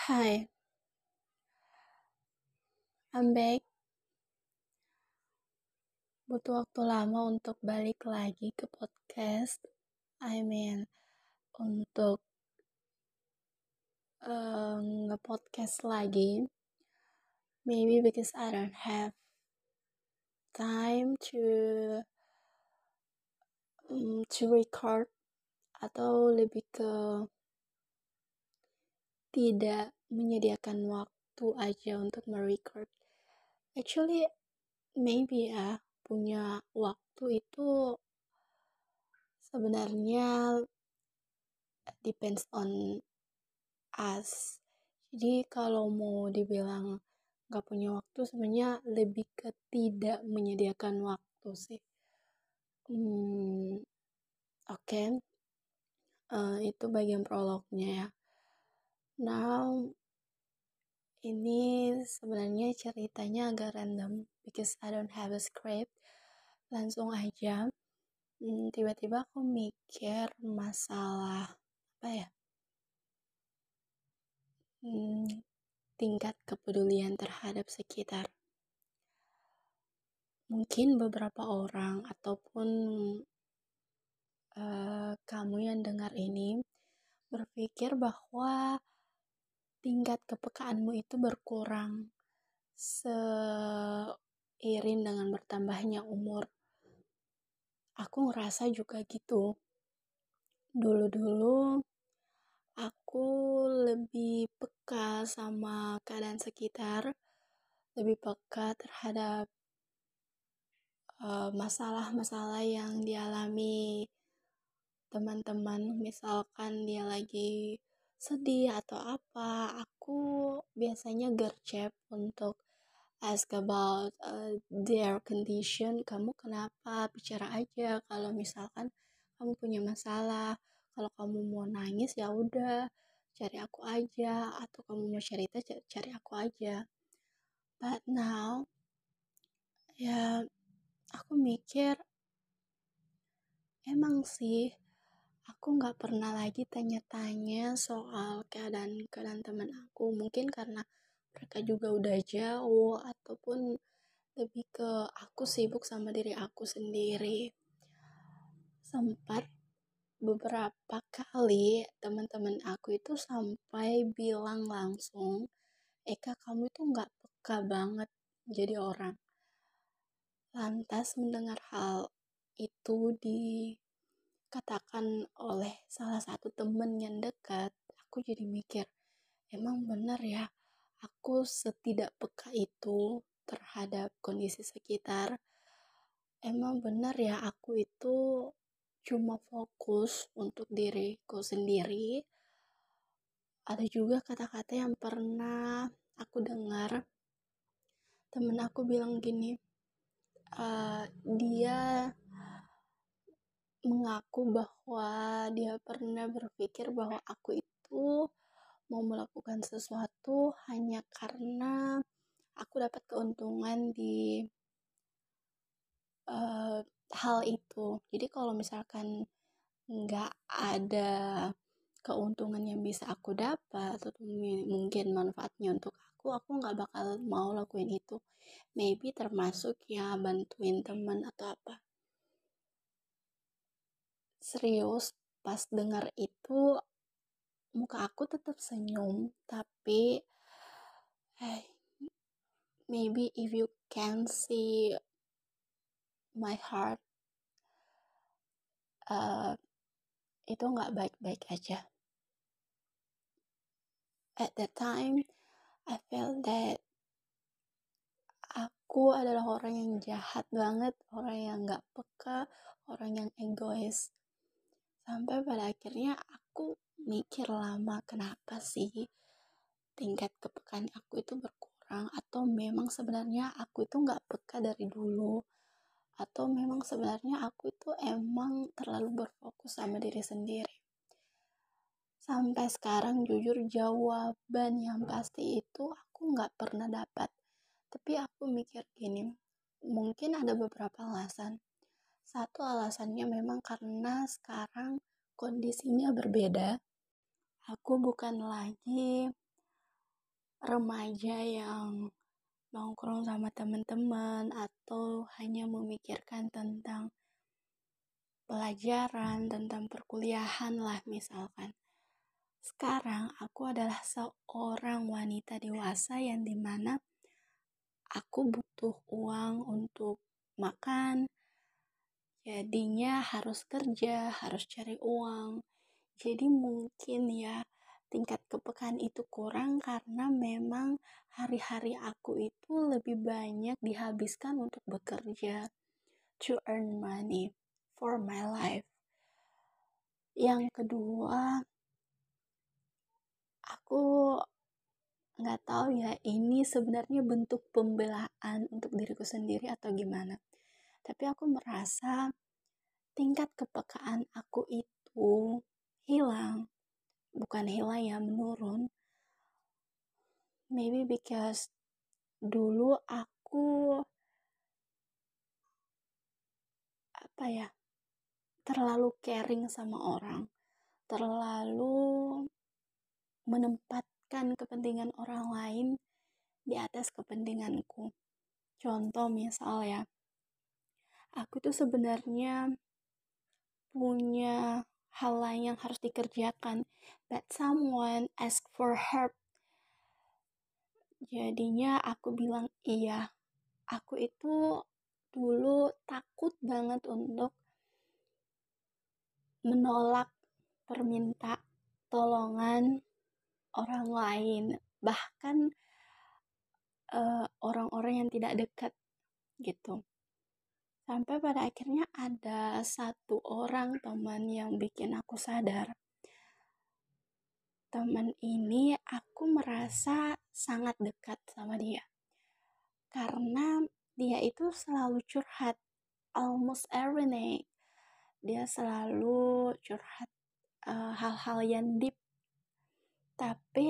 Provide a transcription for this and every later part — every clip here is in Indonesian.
Hi, I'm back. Butuh waktu lama untuk balik lagi ke podcast. I mean, untuk nge-podcast lagi. Maybe because I don't have time to record, atau lebih ke tidak menyediakan waktu aja untuk merecord. Actually, maybe punya waktu itu sebenarnya depends on us. Jadi kalau mau dibilang gak punya waktu, sebenarnya lebih ke tidak menyediakan waktu sih. Oke. Itu bagian prolognya ya. Now, ini sebenarnya ceritanya agak random because I don't have a script. Langsung aja. Tiba-tiba aku mikir masalah apa ya? Tingkat kepedulian terhadap sekitar. Mungkin beberapa orang ataupun kamu yang dengar ini berpikir bahwa tingkat kepekaanmu itu berkurang seiring dengan bertambahnya umur. Aku ngerasa juga gitu. Dulu-dulu aku lebih peka sama keadaan sekitar, lebih peka terhadap masalah-masalah yang dialami teman-teman. Misalkan dia lagi sedih atau apa, aku biasanya gercep untuk ask about their condition. Kamu kenapa? Bicara aja. Kalau misalkan kamu punya masalah, kalau kamu mau nangis ya udah cari aku aja, atau kamu mau cerita cari aku aja. But now ya aku mikir emang sih aku nggak pernah lagi tanya-tanya soal keadaan teman aku. Mungkin karena mereka juga udah jauh, ataupun lebih ke aku sibuk sama diri aku sendiri. Sempat beberapa kali teman-teman aku itu sampai bilang langsung, Eka, kamu itu nggak peka banget jadi orang. Lantas mendengar hal itu dikatakan oleh salah satu temen yang dekat, aku jadi mikir, emang bener ya, aku setidak peka itu terhadap kondisi sekitar. Emang bener ya, aku itu cuma fokus untuk diriku sendiri. Ada juga kata-kata yang pernah aku dengar, temen aku bilang gini, dia mengaku bahwa dia pernah berpikir bahwa aku itu mau melakukan sesuatu hanya karena aku dapat keuntungan di hal itu. Jadi kalau misalkan nggak ada keuntungan yang bisa aku dapat, atau mungkin manfaatnya untuk aku nggak bakal mau lakuin itu. Maybe termasuk ya bantuin teman atau apa. Serius, pas dengar itu muka aku tetap senyum, tapi maybe if you can see my heart, itu nggak baik-baik aja. At that time, I felt that aku adalah orang yang jahat banget, orang yang nggak peka, orang yang egois. Sampai pada akhirnya aku mikir lama, kenapa sih tingkat kepekaan aku itu berkurang, atau memang sebenarnya aku itu nggak peka dari dulu, atau memang sebenarnya aku itu emang terlalu berfokus sama diri sendiri. Sampai sekarang jujur jawaban yang pasti itu aku nggak pernah dapat. Tapi aku mikir gini, mungkin ada beberapa alasan. Satu alasannya memang karena sekarang kondisinya berbeda. Aku bukan lagi remaja yang nongkrong sama teman-teman atau hanya memikirkan tentang pelajaran, tentang perkuliahan lah misalkan. Sekarang aku adalah seorang wanita dewasa yang dimana aku butuh uang untuk makan, jadinya harus kerja, harus cari uang. Jadi mungkin ya tingkat kepekaan itu kurang karena memang hari-hari aku itu lebih banyak dihabiskan untuk bekerja to earn money for my life. Yang kedua, aku nggak tahu ya ini sebenarnya bentuk pembelaan untuk diriku sendiri atau gimana. Tapi aku merasa tingkat kepekaan aku itu hilang. Bukan hilang ya, menurun. Maybe because dulu aku terlalu caring sama orang, terlalu menempatkan kepentingan orang lain di atas kepentinganku. Contoh misal ya, aku tuh sebenarnya punya hal lain yang harus dikerjakan, but someone ask for help. Jadinya aku bilang iya. Aku itu dulu takut banget untuk menolak perminta tolongan orang lain, bahkan orang-orang yang tidak dekat gitu. Sampai pada akhirnya ada satu orang teman yang bikin aku sadar. Teman ini aku merasa sangat dekat sama dia. Karena dia itu selalu curhat almost every night. Dia selalu curhat hal-hal yang deep. Tapi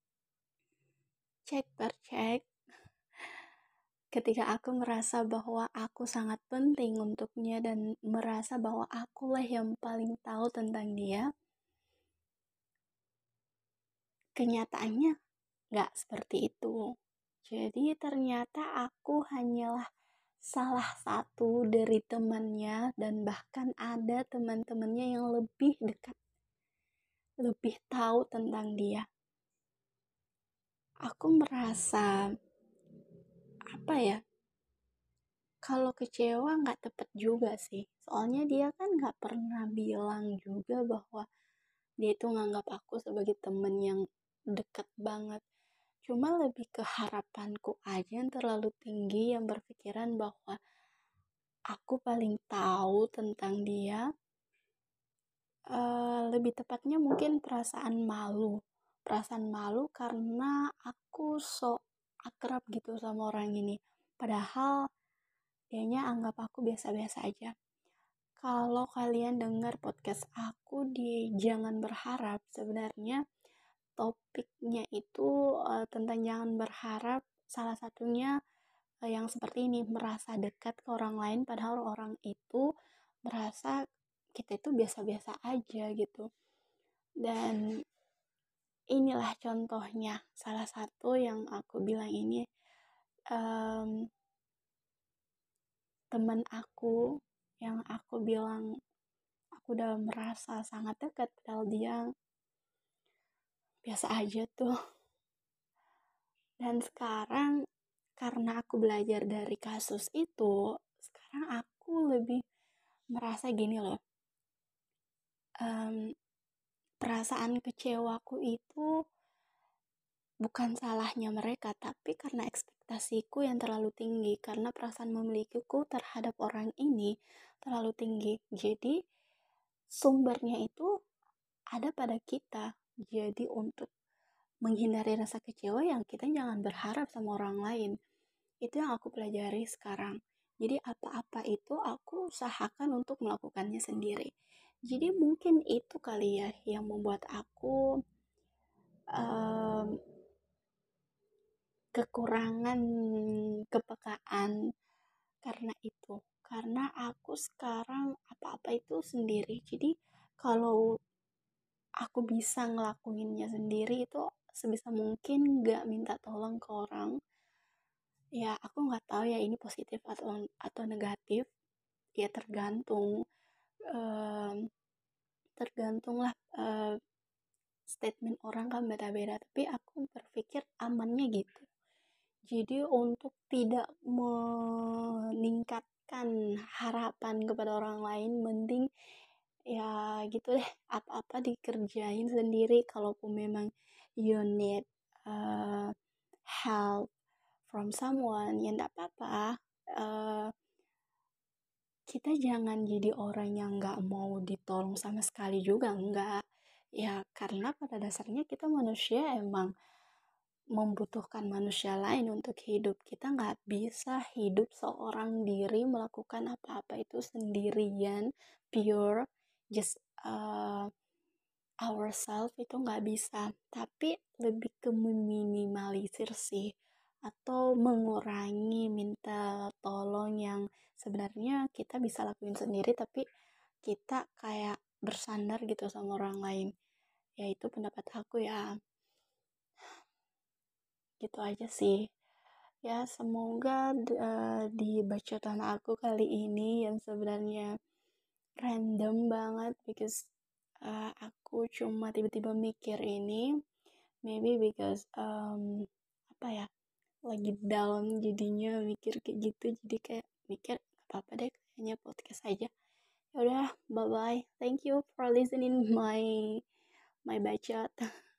cek per cek, ketika aku merasa bahwa aku sangat penting untuknya dan merasa bahwa akulah yang paling tahu tentang dia, kenyataannya gak seperti itu. Jadi ternyata aku hanyalah salah satu dari temannya dan bahkan ada teman-temannya yang lebih dekat, lebih tahu tentang dia. Aku merasa kalau kecewa nggak tepat juga sih, soalnya dia kan nggak pernah bilang juga bahwa dia itu nganggap aku sebagai temen yang deket banget. Cuma lebih ke harapanku aja yang terlalu tinggi, yang berpikiran bahwa aku paling tahu tentang dia. Lebih tepatnya mungkin perasaan malu karena aku sok akrab gitu sama orang ini, padahal dianya anggap aku biasa-biasa aja. Kalau kalian dengar podcast aku di Jangan Berharap, sebenarnya topiknya itu tentang jangan berharap, salah satunya yang seperti ini, merasa dekat ke orang lain padahal orang itu merasa kita itu biasa-biasa aja gitu. Dan inilah contohnya, salah satu yang aku bilang ini, teman aku yang aku bilang aku udah merasa sangat dekat, padahal dia biasa aja tuh. Dan sekarang karena aku belajar dari kasus itu, sekarang aku lebih merasa gini loh, perasaan kecewaku itu bukan salahnya mereka, tapi karena ekspektasiku yang terlalu tinggi, karena perasaan memilikiku terhadap orang ini terlalu tinggi. Jadi sumbernya itu ada pada kita. Jadi untuk menghindari rasa kecewa, yang kita jangan berharap sama orang lain. Itu yang aku pelajari sekarang. Jadi apa-apa itu aku usahakan untuk melakukannya sendiri. Jadi mungkin itu kali ya yang membuat aku kekurangan kepekaan karena itu. Karena aku sekarang apa-apa itu sendiri. Jadi kalau aku bisa ngelakuinnya sendiri itu sebisa mungkin gak minta tolong ke orang. Ya aku nggak tahu ya ini positif atau negatif, ya tergantung, em, tergantung lah, statement orang kan beda-beda, tapi aku berpikir amannya gitu. Jadi untuk tidak meningkatkan harapan kepada orang lain, mending ya gitu deh, apa-apa dikerjain sendiri. Kalaupun memang you need uh, help from someone, ya enggak apa-apa. Uh, kita jangan jadi orang yang nggak mau ditolong sama sekali juga, enggak. Ya karena pada dasarnya kita manusia emang membutuhkan manusia lain untuk hidup. Kita nggak bisa hidup seorang diri melakukan apa-apa itu sendirian, pure, just ourselves itu nggak bisa. Tapi lebih ke meminimalisir sih, atau mengurangi minta tolong yang sebenarnya kita bisa lakuin sendiri, tapi kita kayak bersandar gitu sama orang lain. Ya itu pendapat aku ya, gitu aja sih. Ya semoga di bacotan aku kali ini yang sebenarnya random banget, because aku cuma tiba-tiba mikir ini, maybe because apa ya, lagi down jadinya mikir kayak gitu, jadi kayak mikir apa-apa deh kayaknya podcast aja. Ya udah, bye bye, thank you for listening my bacot.